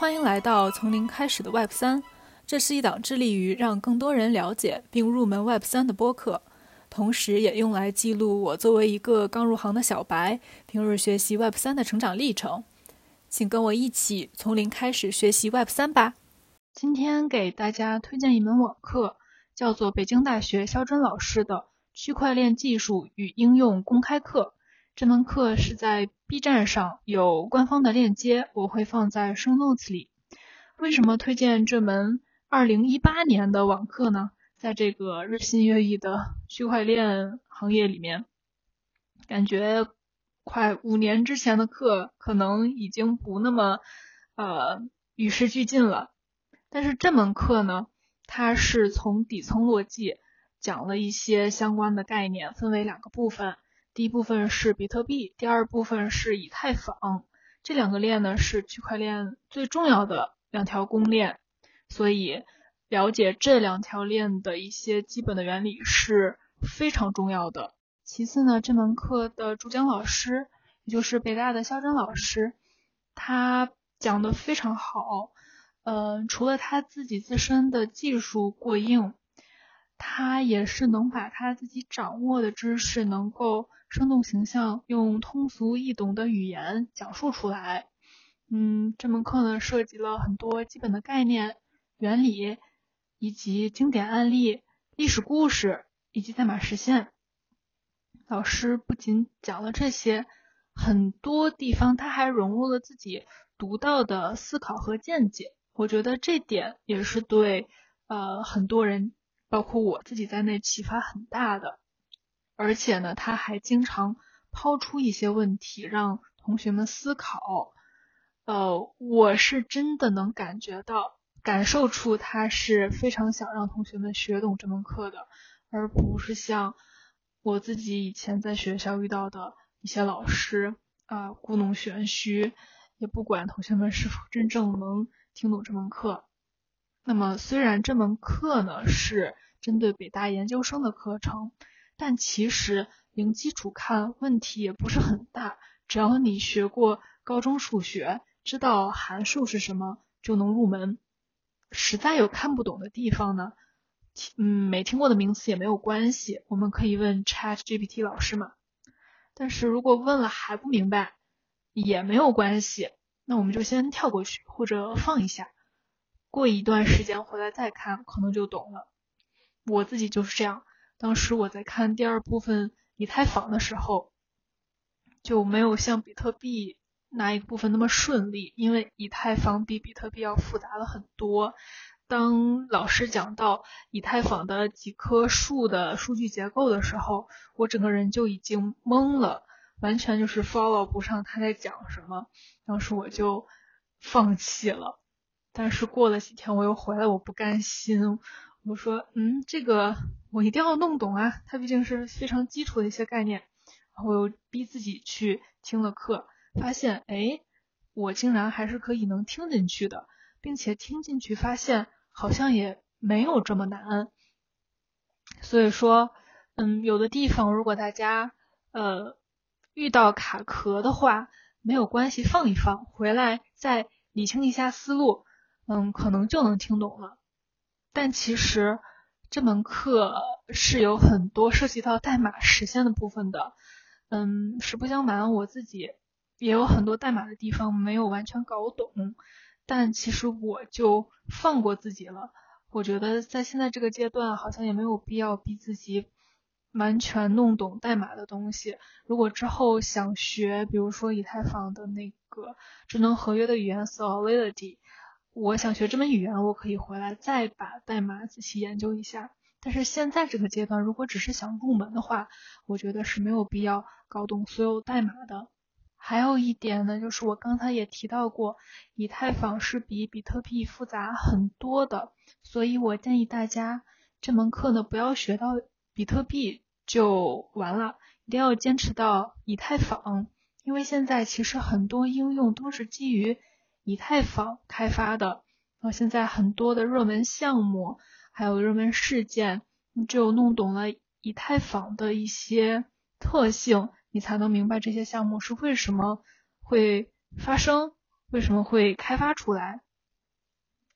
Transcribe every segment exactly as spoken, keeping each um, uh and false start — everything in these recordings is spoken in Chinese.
欢迎来到从零开始的 Web 三， 这是一档致力于让更多人了解并入门 Web 三的播客，同时也用来记录我作为一个刚入行的小白，平日学习 Web 三的成长历程。请跟我一起从零开始学习 Web 三吧。今天给大家推荐一门网课，叫做北京大学肖真老师的区块链技术与应用公开课。这门课是在 B 站上有官方的链接，我会放在 show notes 里。为什么推荐这门二零一八年的网课呢？在这个日新月异的区块链行业里面，感觉快五年之前的课可能已经不那么呃与时俱进了。但是这门课呢，它是从底层逻辑讲了一些相关的概念，分为两个部分。第一部分是比特币，第二部分是以太坊。这两个链呢是区块链最重要的两条公链，所以了解这两条链的一些基本的原理是非常重要的。其次呢，这门课的主讲老师，也就是北大的肖真老师，他讲得非常好。呃，除了他自己自身的技术过硬，他也是能把他自己掌握的知识能够生动形象，用通俗易懂的语言讲述出来。嗯，这门课呢涉及了很多基本的概念、原理，以及经典案例、历史故事以及代码实现。老师不仅讲了这些，很多地方他还融入了自己独到的思考和见解。我觉得这点也是对呃很多人，包括我自己在内启发很大的。而且呢，他还经常抛出一些问题让同学们思考。呃，我是真的能感觉到、感受出他是非常想让同学们学懂这门课的，而不是像我自己以前在学校遇到的一些老师啊、呃，故弄玄虚，也不管同学们是否真正能听懂这门课。那么虽然这门课呢是针对北大研究生的课程，但其实零基础看问题也不是很大，只要你学过高中数学，知道函数是什么，就能入门。实在有看不懂的地方呢，嗯，没听过的名词也没有关系，我们可以问 ChatGPT 老师嘛。但是如果问了还不明白，也没有关系，那我们就先跳过去，或者放一下，过一段时间回来再看，可能就懂了。我自己就是这样，当时我在看第二部分以太坊的时候，就没有像比特币那一部分那么顺利，因为以太坊比比特币要复杂了很多。当老师讲到以太坊的几棵树的数据结构的时候，我整个人就已经懵了，完全就是 follow 不上他在讲什么，当时我就放弃了。但是过了几天我又回来，我不甘心，我说嗯，这个我一定要弄懂啊，它毕竟是非常基础的一些概念。然后我又逼自己去听了课，发现诶，我竟然还是可以能听进去的，并且听进去发现好像也没有这么难。所以说嗯，有的地方如果大家呃遇到卡壳的话，没有关系，放一放，回来再理清一下思路，嗯，可能就能听懂了。但其实这门课是有很多涉及到代码实现的部分的。嗯，实不相瞒，我自己也有很多代码的地方没有完全搞懂，但其实我就放过自己了。我觉得在现在这个阶段好像也没有必要逼自己完全弄懂代码的东西。如果之后想学比如说以太坊的那个智能合约的语言 Solidity， 我想学这门语言，我可以回来再把代码仔细研究一下。但是现在这个阶段，如果只是想入门的话，我觉得是没有必要搞懂所有代码的。还有一点呢，就是我刚才也提到过，以太坊是比比特币复杂很多的，所以我建议大家这门课呢不要学到比特币就完了，一定要坚持到以太坊，因为现在其实很多应用都是基于以太坊开发的，然后现在很多的热门项目还有热门事件，你只有弄懂了以太坊的一些特性，你才能明白这些项目是为什么会发生，为什么会开发出来。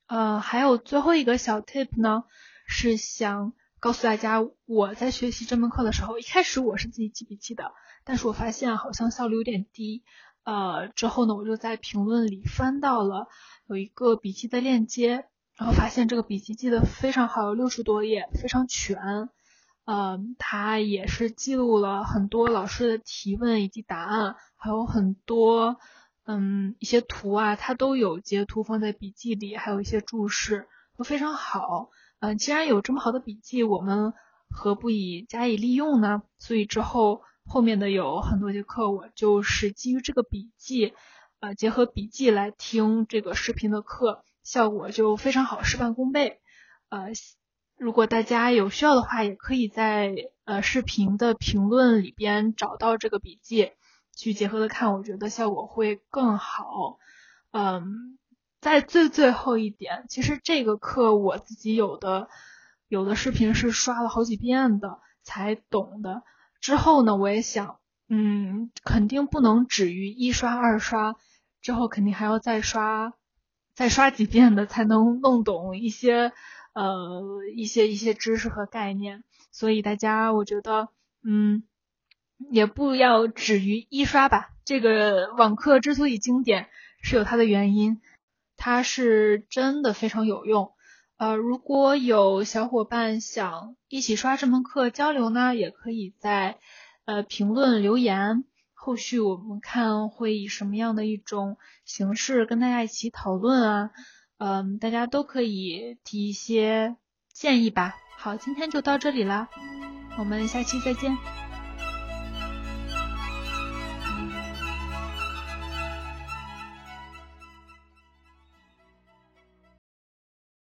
呃，还有最后一个小 tip 呢，是想告诉大家，我在学习这门课的时候，一开始我是自己记笔记的，但是我发现好像效率有点低。呃，之后呢，我就在评论里翻到了有一个笔记的链接，然后发现这个笔记记得非常好，有六十多页，非常全。呃，它也是记录了很多老师的提问以及答案，还有很多嗯一些图啊，它都有截图放在笔记里，还有一些注释，都非常好。嗯、呃，既然有这么好的笔记，我们何不以加以利用呢？所以之后后面的有很多节课，我就是基于这个笔记，呃，结合笔记来听这个视频的课，效果就非常好，事半功倍。呃，如果大家有需要的话，也可以在呃视频的评论里边找到这个笔记，去结合的看，我觉得效果会更好。嗯，在最最后一点，其实这个课我自己有的有的视频是刷了好几遍的才懂的。之后呢，我也想，嗯，肯定不能止于一刷二刷，之后肯定还要再刷再刷几遍的才能弄懂一些呃一些一些知识和概念。所以大家我觉得嗯也不要止于一刷吧。这个网课之所以经典是有它的原因，它是真的非常有用。呃，如果有小伙伴想一起刷这门课交流呢，也可以在呃评论留言，后续我们看会以什么样的一种形式跟大家一起讨论啊，嗯、呃，大家都可以提一些建议吧。好，今天就到这里啦，我们下期再见。